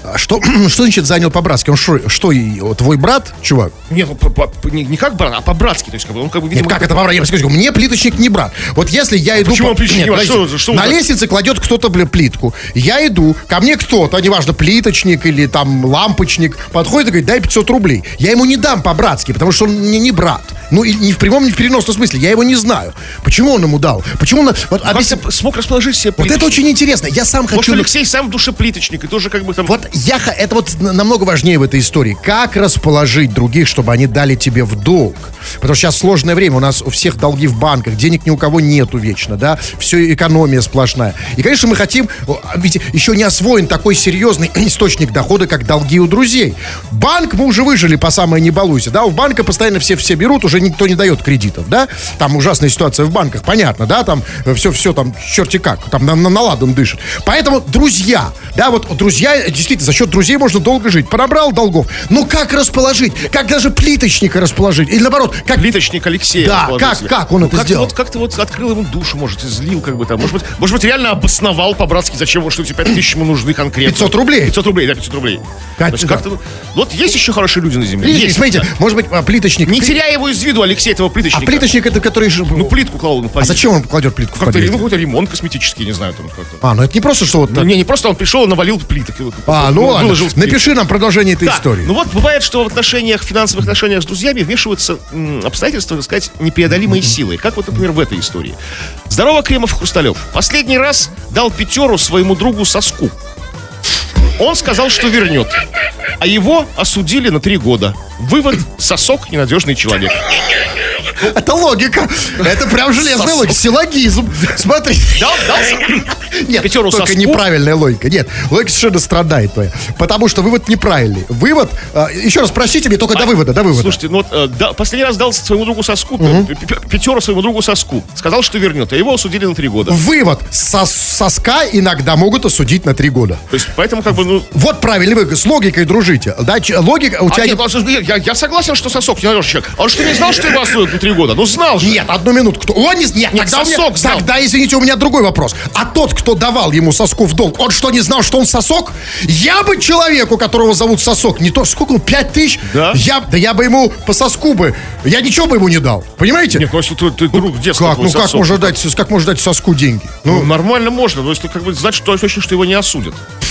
Что значит занял по-братски? Он что, твой брат, чувак? Нет, не как брат, а по-братски. То есть, он как бы, видимо... Нет, как это по-братски? Я скажу, мне плиточник не брат. Вот если я иду... Почему он плиточник не брат? Что на лестнице кладет кто-то, плитку. Я иду, ко мне кто-то, неважно, плиточник или там лампочник, подходит и говорит, дай 500 рублей. Я ему не дам по-братски, потому что он мне не брат. Ну, и ни в прямом, ни в переносном смысле. Я его не знаю. Почему он ему дал? Почему он... Вот, смог расположить себе плиточник. Вот это очень интересно. Я сам хочу... Может, Алексей сам в душе плиточник и тоже как бы там... Вот это вот намного важнее в этой истории. Как расположить других, чтобы они дали тебе в долг? Потому что сейчас сложное время. У нас у всех долги в банках. Денег ни у кого нету вечно, да? Все экономия сплошная. И, конечно, мы хотим... Ведь еще не освоен такой серьезный источник дохода, как долги у друзей. Банк мы уже выжили по самое не балуйся, да? У банка постоянно все берут, уже никто не дает кредитов, да? Там ужасная ситуация в банках, понятно, да? Там все там черти как, там на ладан дышит. Поэтому друзья, да, вот друзья, действительно, за счет друзей можно долго жить. Понабрал долгов. Но как расположить? Как даже плиточника расположить? Или наоборот, как... Плиточник Алексея. Да, как он это сделал? Как ты вот открыл ему душу, может, излил, как бы там. Может быть, реально обосновал по-братски, зачем, что эти 5000 ему нужны конкретно. 500 рублей? 500 рублей, да, 500 рублей. То есть как-то... Вот есть еще хорошие люди на земле. Есть. Смотрите, может быть, плиточник... Не теряя его из виду, Алексей, этого плиточника. А плиточник это который... Ну, плитку клал он. А зачем он кладет плитку в подъезде? Какой-то ремонт косметический, не знаю, там как-то. Ну это не просто, что вот... Ну, не просто он пришел и навалил плиток. Ну ладно, напиши нам продолжение этой истории. Ну вот бывает, что в финансовых отношениях с друзьями вмешиваются обстоятельства, так сказать, непреодолимые силы. Как вот, например, в этой истории. Здорово, Кремов и Хрусталев. Последний раз дал 5 своему другу соску. Он сказал, что вернет. А его осудили на 3 года. Вывод: сосок — ненадежный человек. Это логика. Это прям железная логика. Силлогизм. Смотри. Дал? Нет, только соску. неправильная логика. Нет, логика совершенно страдает твоя. Потому что вывод неправильный. Вывод... еще раз прочтите мне только до вывода. Слушайте, ну вот последний раз дал своему другу соску, 5 своему другу соску. Сказал, что вернет, а его осудили на 3 года. Вывод: соска иногда могут осудить на 3 года. То есть, поэтому как бы, ну... Вот правильный вывод. С логикой дружите. Да, логика у тебя... Я согласен, что сосок не надежный человек. А он что, не знал, что его осудят на 3 года? Ну, знал же. Нет, одну минутку. Он не... Нет, сосок знал. Тогда, извините, у меня другой вопрос. А тот, кто давал ему соску в долг, он что, не знал, что он сосок? Я бы человеку, которого зовут сосок, не то, сколько он, 5000? Да? Я бы ему по соску бы... Я ничего бы ему не дал. Понимаете? Нет, просто ты друг детства. Как? Ну, как можно дать соску деньги? Ну, нормально можно. То есть, как бы, знать, что точно, что его не осудят.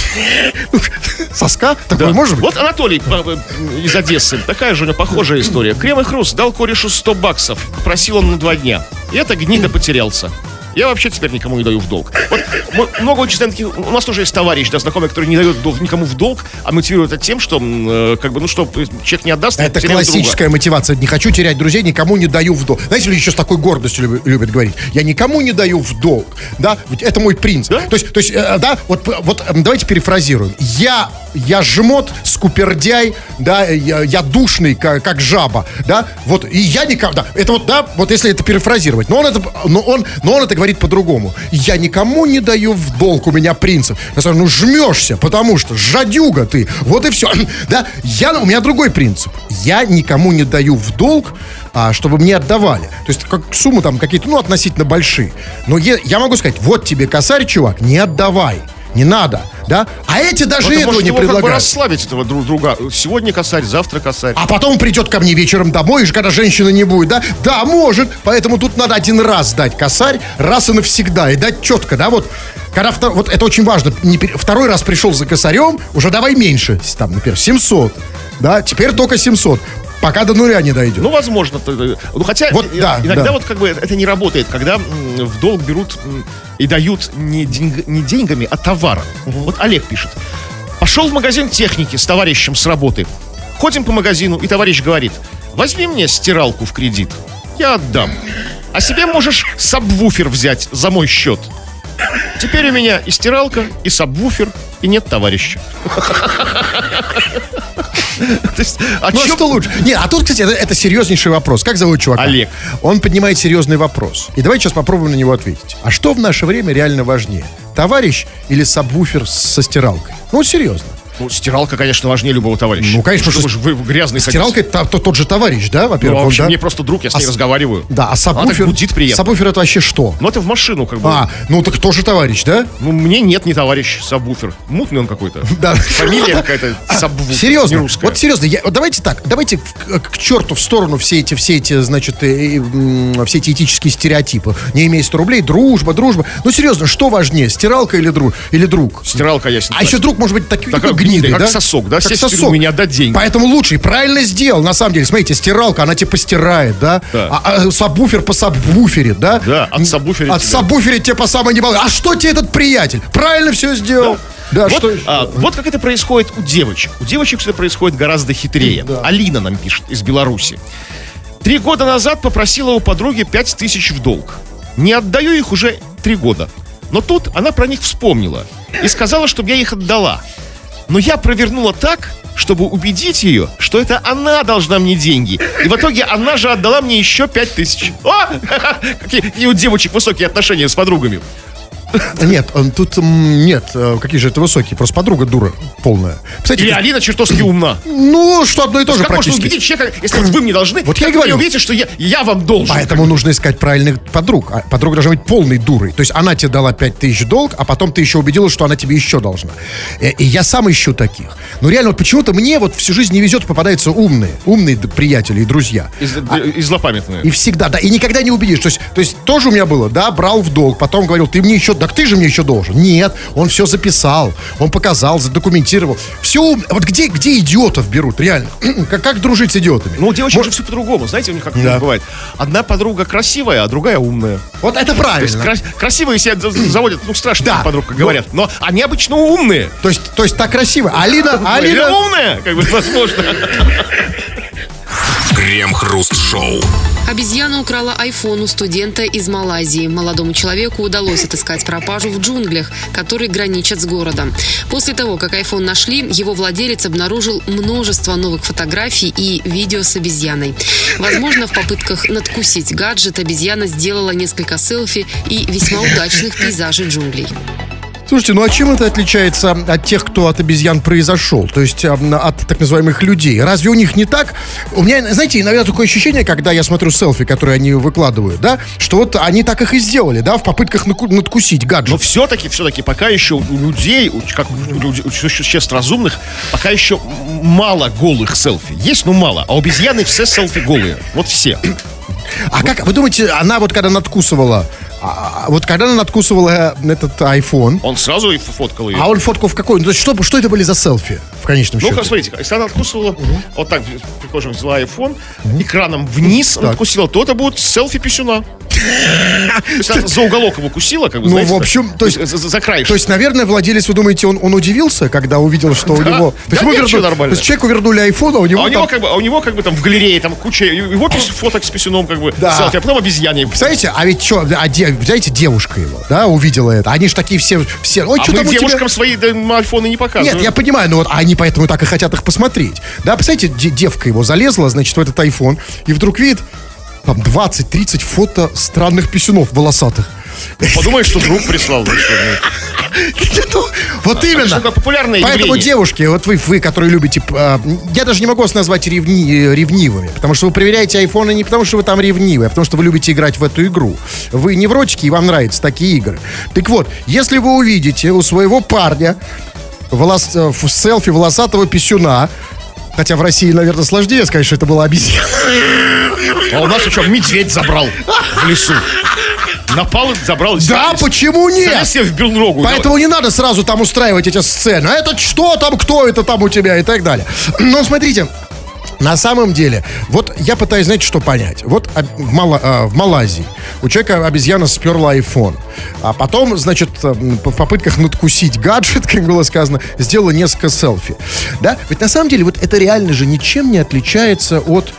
Соска? Такое может быть? Вот Анатолий из Одессы. Такая же похожая история. Крем и хруст дал корешу $100. Просил он на 2 дня. И эта гнида потерялся. Я вообще теперь никому не даю в долг. Вот много очень таких... У нас тоже есть товарищ, да, знакомый, который не дает никому в долг, а мотивирует это тем, что, как бы, ну, что человек не отдаст. Это классическая мотивация. Не хочу терять друзей, никому не даю в долг. Знаете, люди еще с такой гордостью любят говорить. Я никому не даю в долг. Да? Ведь это мой принцип. Да? То есть, да, вот давайте перефразируем. Я жмот, скупердяй, да, я душный, как жаба, да, вот, и я никому, да, это вот, да, вот если это перефразировать, но он это говорит по-другому. Я никому не даю в долг, у меня принцип. Я скажу, ну жмешься, потому что жадюга ты, вот и все, да, у меня другой принцип. Я никому не даю в долг, чтобы мне отдавали. То есть, как суммы там какие-то, ну, относительно большие. Но я могу сказать, вот тебе косарь, чувак, не отдавай. Не надо, да? А эти даже этого не предлагают. Как бы расслабить этого друга. Сегодня косарь, завтра косарь. А потом придет ко мне вечером домой, когда женщины не будет, да? Да, может. Поэтому тут надо 1 раз дать косарь, раз и навсегда. И дать четко, да? Вот, когда вот это очень важно. 2-й раз пришел за косарем, уже давай меньше. Там, например, 700. Да, теперь только 700. Пока до 0 не дойдет. Ну, возможно. Ну, хотя вот, иногда вот как бы это не работает, когда в долг берут и дают не деньгами, а товаром. Вот Олег пишет. Пошел в магазин техники с товарищем с работы. Ходим по магазину, и товарищ говорит: возьми мне стиралку в кредит, я отдам. А себе можешь сабвуфер взять за мой счет. Теперь у меня и стиралка, и сабвуфер, и нет товарища. Что лучше? Нет, а тут, кстати, это серьезнейший вопрос. Как зовут чувака? Олег. Он поднимает серьезный вопрос. И давайте сейчас попробуем на него ответить. А что в наше время реально важнее? Товарищ или сабвуфер со стиралкой? Ну, серьезно. Ну, стиралка, конечно, важнее любого товарища. Ну, конечно, потому что вы грязный стиралка это тот же товарищ, да, Ну, во-первых? вообще, он, да? мне просто друг, я с ней разговариваю. Да, а Она сабвуфер... так гудит приятно. Сабвуфер это вообще что? Ну, это в машину, как бы. Ну так тоже товарищ, да? Ну, мне нет, не товарищ сабвуфер. Мутный он какой-то. Да. Фамилия какая-то сабвуфер. Серьезно, Не русская. вот серьезно, вот давайте так, давайте к черту в сторону все эти, значит, все эти этические стереотипы. Не имея 100 рублей, дружба. Ну, серьезно, что важнее, стиралка или друг? Стиралка, ясно. А еще друг может быть такой Такой гнидый, как да? сосок, да? Как Все сосок. у меня отдать деньги. Поэтому лучше и правильно сделал, на самом деле. Смотрите, стиралка, она типа стирает, да? Да. А сабвуфер по сабвуферит, да? Да, отсабвуферит От тебя. сабвуферит тебе по самой небалке. А что тебе этот приятель? Правильно все сделал. Да, Вот, что еще? вот как это происходит у девочек. У девочек все это происходит гораздо хитрее. Да. Алина нам пишет из Беларуси. 3 года назад попросила у подруги 5000 в долг. Не отдаю их уже 3 года. Но тут она про них вспомнила и сказала, чтобы я их отдала. Но я провернула так, чтобы убедить ее, что это она должна мне деньги. И в итоге она же отдала мне еще 5000. О! Какие у девочек высокие отношения с подругами. Нет, тут нет, какие же это высокие, просто подруга дура полная. Или Кстати, Алина чертовски умна. ну, что одно и то же Как можно практически. убедить человека, если вот вы мне должны, Вот я и как вы говорю. не увидите, что я вам должен? Поэтому нужно искать правильных подруг. А подруга должна быть полной дурой. То есть она тебе дала 5000 долг, а потом ты еще убедила, что она тебе еще должна. И я сам ищу таких. Но реально, вот почему-то мне вот всю жизнь не везет, попадаются умные приятели и друзья. И злопамятные. И всегда, да, и никогда не убедишь. То есть тоже у меня было, да, брал в долг, потом говорил, ты мне еще, так ты же мне еще должен. Нет, он все записал, он показал, задокументировал. Все, вот где идиотов берут, реально? Как дружить с идиотами? Ну, у девочек же все по-другому. Знаете, у них как Да. бывает. Одна подруга красивая, а другая умная. Вот это То есть правильно. красивые себя заводят, ну, страшно, Да. подруг, как говорят. Но они обычно умные. То есть так красиво. Алина, Алина умная, как бы, возможно. Крем-хруст-шоу. Обезьяна украла айфон у студента из Малайзии. Молодому человеку удалось отыскать пропажу в джунглях, которые граничат с городом. После того, как айфон нашли, его владелец обнаружил множество новых фотографий и видео с обезьяной. Возможно, в попытках надкусить гаджет обезьяна сделала несколько селфи и весьма удачных пейзажей джунглей. Слушайте, ну а чем это отличается от тех, кто от обезьян произошел? То есть от так называемых людей? Разве у них не так? У меня, знаете, иногда такое ощущение, когда я смотрю селфи, которые они выкладывают, да, что вот они так их и сделали, да, в попытках надкусить Но гаджет. все-таки, пока еще у людей, как у существ разумных, пока еще мало голых селфи. Есть, но мало. А у обезьяны все селфи голые. Вот все. А как, вы думаете, она вот когда надкусывала, этот iPhone, Он сразу и фоткал ее. а он фоткал в какой? Ну, то есть что это были за селфи в конечном счете? Ну-ка, смотрите, если она откусывала, вот так, предположим, взяла iPhone, экраном вниз она откусила, то это будет селфи писюна. То есть она за уголок его кусила, как бы, Ну, знаете, в общем, так, то есть- за краешек. То есть, наверное, владелец, вы думаете, он удивился, когда увидел, что у Да. него... Да ему нет, вернули- всё нормально. То есть человеку вернули айфон, а у него А у там... него как бы там в галерее там куча его фоток с писюном, как бы, Да. селфи, а потом обезьяне. Представляете, а ведь что, знаете, девушка его, да, увидела это. Они же такие все... Ой, А что мы там у тебя? девушкам свои айфоны не показываем. Нет, я понимаю, но вот они поэтому так и хотят их посмотреть. Да, представляете, девка его залезла, значит, в этот айфон, и вдруг видит там 20-30 фото странных писюнов волосатых. Подумаешь, что друг прислал. ну, что, ну. Вот именно. что-то популярное Поэтому, явление. девушки, вот вы, которые любите... я даже не могу вас назвать ревнивыми, потому что вы проверяете айфоны не потому, что вы там ревнивы, а потому, что вы любите играть в эту игру. Вы невротики, и вам нравятся такие игры. Так вот, если вы увидите у своего парня селфи волосатого писюна, хотя в России, наверное, сложнее сказать, что это была обезьяна. А у нас что, медведь забрал в лесу. Напал и забрал. Да, почему нет? Залез себе в ногу. Поэтому не надо сразу там устраивать эти сцены. А это что там, кто это там у тебя и так далее. Но смотрите, на самом деле, вот я пытаюсь, знаете, что понять. Вот в Малайзии у человека обезьяна сперла iPhone. А потом, значит, в попытках надкусить гаджет, как было сказано, сделала несколько селфи. Да? Ведь на самом деле вот это реально же ничем не отличается от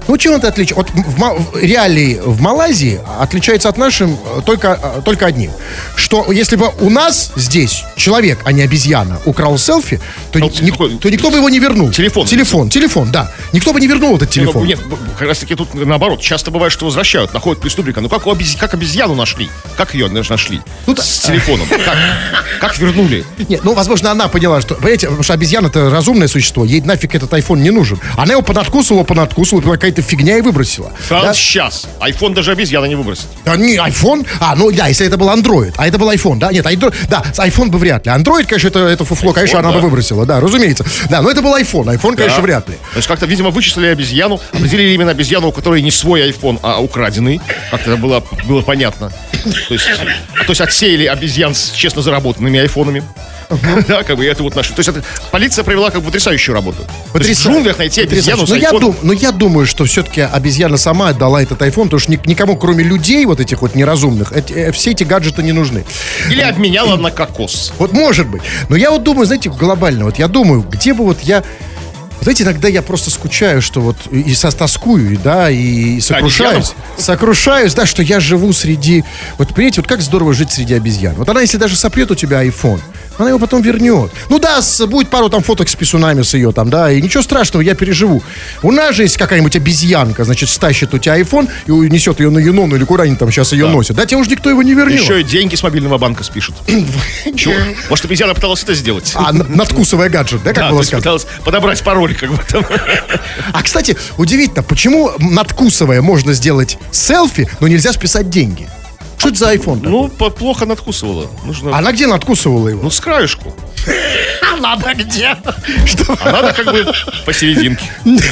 Ну, чем это отличается? Вот реалии в Малайзии отличается от нашим только одним. Что если бы у нас здесь человек, а не обезьяна, украл селфи, то никто бы его не вернул. Телефон, да. Никто бы не вернул этот телефон. Нет, как раз таки тут наоборот. Часто бывает, что возвращают, находят преступника. Ну, как обезьяну нашли? Как ее нашли? С телефоном. Как вернули? Нет, ну, возможно, она поняла, что, понимаете, потому что обезьяна — это разумное существо, ей нафиг этот iPhone не нужен. Она его понадкусывала, какая-то фигня и выбросила. Сейчас. iPhone даже обезьяна не выбросит. Да не, iPhone? Ну да, если это был Android. А это был iPhone, да? Нет, да, iPhone бы вряд ли. Android, конечно, это фуфло, конечно, она бы выбросила, да, разумеется. Да, но это был iPhone. iPhone, конечно, вряд ли. То есть как-то, видимо, вычислили обезьяну, определили именно обезьяну, у которой не свой iPhone, а украденный. Как-то это было понятно. То есть отсеяли обезьян с честно заработанными айфонами. Да, как бы это вот наши. То есть полиция провела как бы потрясающую работу. В джунглях найти обезьяну с айфоном. Но я думаю, что все-таки обезьяна сама отдала этот айфон, потому что никому, кроме людей, вот этих вот неразумных, все эти гаджеты не нужны. Или обменяла на кокос. Вот может быть. Но я вот думаю, знаете, глобально, вот я думаю, где бы вот я... Знаете, иногда я просто скучаю, что вот и тоскую, да, и сокрушаюсь. Сокрушаюсь, да, что я живу среди... Вот, понимаете, вот как здорово жить среди обезьян. Вот она, если даже сопрет у тебя iPhone, она его потом вернет. Ну да, будет пару там фоток с писюнами с ее там, да, и ничего страшного, я переживу. У нас же есть какая-нибудь обезьянка, значит, стащит у тебя iPhone и унесет ее на Юнону или куда они там сейчас ее носят. Да, тебе уже никто его не вернет. Еще и деньги с мобильного банка спишут. Чего? Может, обезьяна пыталась это сделать? Надкусывая гаджет, да, как было сказано? Пыталась подобрать пароль, как бы там. А, кстати, удивительно, почему надкусывая можно сделать селфи, но нельзя списать деньги? Что это за iPhone? Ну, плохо надкусывала. Она где надкусывала его? Ну, с краешку. А надо где? А надо как бы посерединке.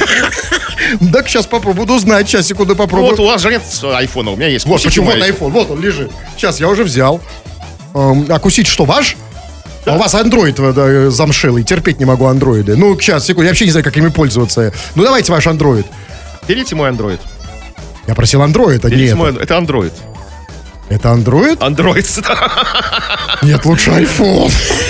Так, сейчас попробую, буду знать, сейчас, секунду попробую. Вот у вас же нет айфона, у меня есть. Вот, почему вот iPhone? Вот он лежит. Сейчас, я уже взял. А кусить что, ваш? Да. А у вас Android замшелый, терпеть не могу андроиды. Ну, сейчас, секунду, я вообще не знаю, как ими пользоваться. Ну, давайте ваш Android. Берите мой Android. Я просил Android, а не это. Это Android. Это Android? Android. Нет, лучше iPhone.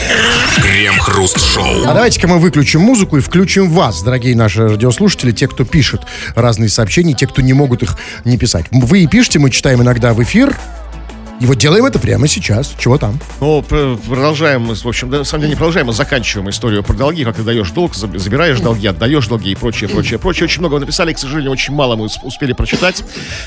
Крем-хруст-шоу. А давайте-ка мы выключим музыку и включим вас, дорогие наши радиослушатели, те, кто пишет разные сообщения, те, кто не могут их не писать. Вы пишете, мы читаем иногда в эфир. И вот делаем это прямо сейчас. Чего там? Ну, продолжаем, в общем, на самом деле не продолжаем, а заканчиваем историю про долги, как ты даешь долг, забираешь долги, отдаешь долги и прочее. Очень много вы написали, к сожалению, очень мало мы успели прочитать.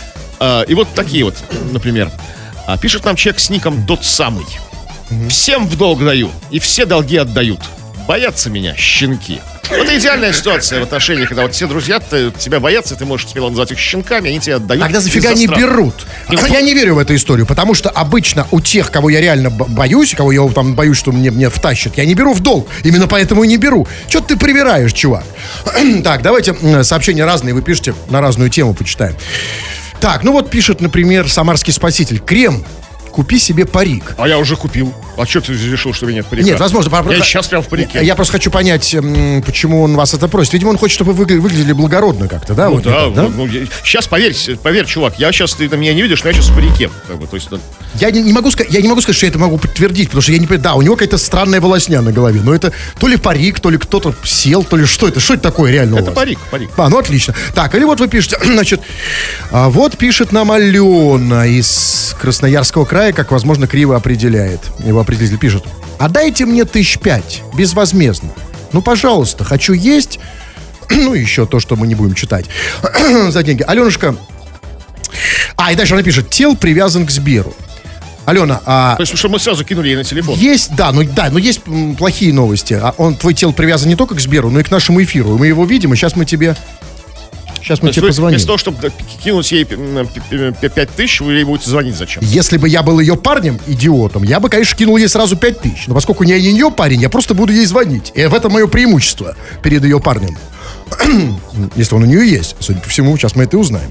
И вот такие вот, например. Пишет нам человек с ником Дот Самый. Всем в долг даю, и все долги отдают. Боятся меня щенки. Вот идеальная ситуация в отношениях, когда вот все друзья тебя боятся, ты можешь смело назвать их щенками, они тебя отдают. Тогда зафига не берут. Я не верю в эту историю, потому что обычно у тех, кого я реально боюсь, кого я там боюсь, что мне втащат, я не беру в долг. Именно поэтому и не беру. Че ты привираешь, чувак? Так, давайте сообщения разные вы пишете, на разную тему почитаем. Так, ну вот пишет, например, самарский спаситель. Крем, купи себе парик. А я уже купил. А что ты решил, что у меня нет парика? Нет, возможно. Я сейчас прям в парике. Я просто хочу понять, почему он вас это просит. Видимо, он хочет, чтобы вы выглядели благородно как-то, да? Ну вот да, это, да? Сейчас поверь, чувак, я сейчас, ты меня не видишь, но я сейчас в парике. Как бы, то есть, я не могу сказать, что я это могу подтвердить, потому что я не понимаю. Да, у него какая-то странная волосня на голове, но это то ли парик, то ли кто-то сел, то ли что это? Что это такое реально у вас? Это парик. Ну отлично. Так, или вот вы пишете, значит, вот пишет нам Алена из Красноярского края, как, возможно, криво определяет. Его определитель пишет. Отдайте мне 5,000 безвозмездно. Ну, пожалуйста, хочу есть. Ну, еще то, что мы не будем читать. За деньги. Аленушка. И дальше она пишет. Тел привязан к Сберу. Алена, то есть, что мы сразу кинули ей на телефон. Есть, но есть плохие новости. Твой тел привязан не только к Сберу, но и к нашему эфиру. Мы его видим, и сейчас мы тебе позвоним. Вместо того, чтобы кинуть ей 5000, вы ей будете звонить зачем? Если бы я был ее парнем, идиотом, я бы, конечно, кинул ей сразу 5000. Но поскольку я не ее парень, я просто буду ей звонить. И в этом мое преимущество перед ее парнем. Если он у нее есть. Судя по всему, сейчас мы это и узнаем.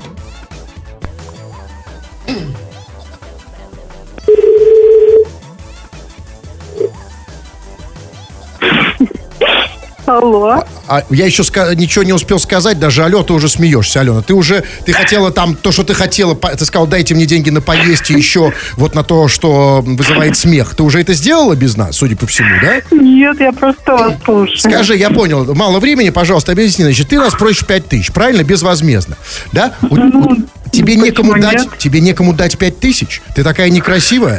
Алло. я еще ничего не успел сказать, даже, алло, ты уже смеешься, Алена. Ты хотела там то, что ты хотела, ты сказал, дайте мне деньги на поесть и еще вот на то, что вызывает смех. Ты уже это сделала без нас, судя по всему, да? Нет, я просто вас слушаю. Скажи, я понял, мало времени, пожалуйста, объясни, значит, ты нас просишь 5000, правильно, безвозмездно, да? Тебе некому дать 5000? Ты такая некрасивая?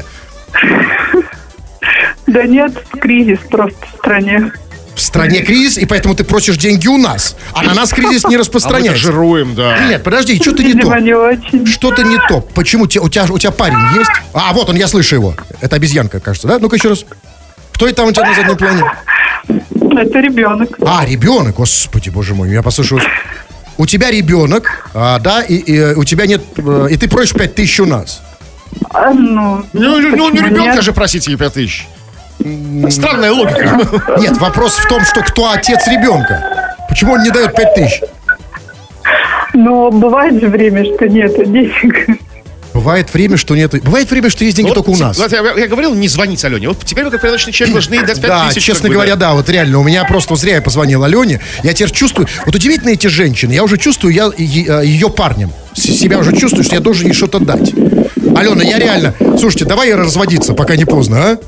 Да нет, кризис просто в стране. В стране кризис, и поэтому ты просишь деньги у нас. А на нас кризис не распространяется. А мы жируем, да. Нет, подожди, что-то не Видимо, то. не очень. Что-то не то. Почему? У тебя парень есть? А, вот он, я слышу его. Это обезьянка, кажется, да? Ну-ка еще раз. Кто это там у тебя на заднем плане? Это ребенок. А, ребенок, господи, боже мой, я послышалась. У тебя ребенок, да, и у тебя нет... И ты просишь 5000 у нас. Ну, не ребенка нет? же просите ей 5000. Странная логика. Нет, вопрос в том, что кто отец ребенка. Почему он не дает 5000? Но бывает же время, что нет денег. Бывает время, что нет. Бывает время, что есть деньги только у нас. Я говорил, не звонить Алене. Вот теперь вы, как порядочный человек, должны дать 5000. Да, честно говоря, да, вот реально, у меня просто зря я позвонил Алене. Я теперь чувствую, вот удивительно эти женщины, я уже чувствую ее парнем. Себя уже чувствую, что я должен ей что-то дать. Алена, я реально, слушайте, давай разводиться, пока не поздно, а?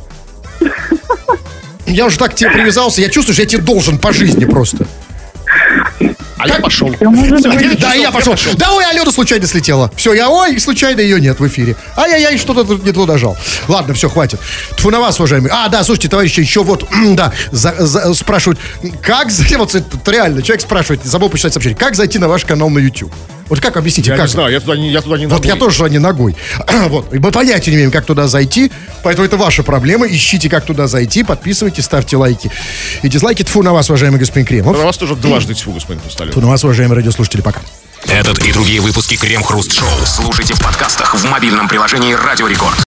Я уже так к тебе привязался, я чувствую, что я тебе должен по жизни просто. А я пошел. Да, я пошел. Да, ой, Алена случайно слетела. Все, и случайно ее нет в эфире. Ай-яй-яй, что-то тут не туда жал. Ладно, все, хватит. Тьфу на вас, уважаемые. Да, слушайте, товарищи, еще вот, да, спрашивают, как, вот это реально, человек спрашивает, забыл почитать сообщение, как зайти на ваш канал на YouTube? Вот как, объясните, Я как? не знаю, я туда не ногой. Вот я тоже не ногой. Вот, и мы понятия не имеем, как туда зайти, поэтому это ваша проблема. Ищите, как туда зайти, подписывайтесь, ставьте лайки и дизлайки. Тьфу на вас, уважаемый господин Кремов. На вас тоже дважды тьфу, господин Хрусталев. Тьфу на вас, уважаемые радиослушатели, пока. Этот и другие выпуски Крем-Хруст Шоу слушайте в подкастах в мобильном приложении Радио Рекорд.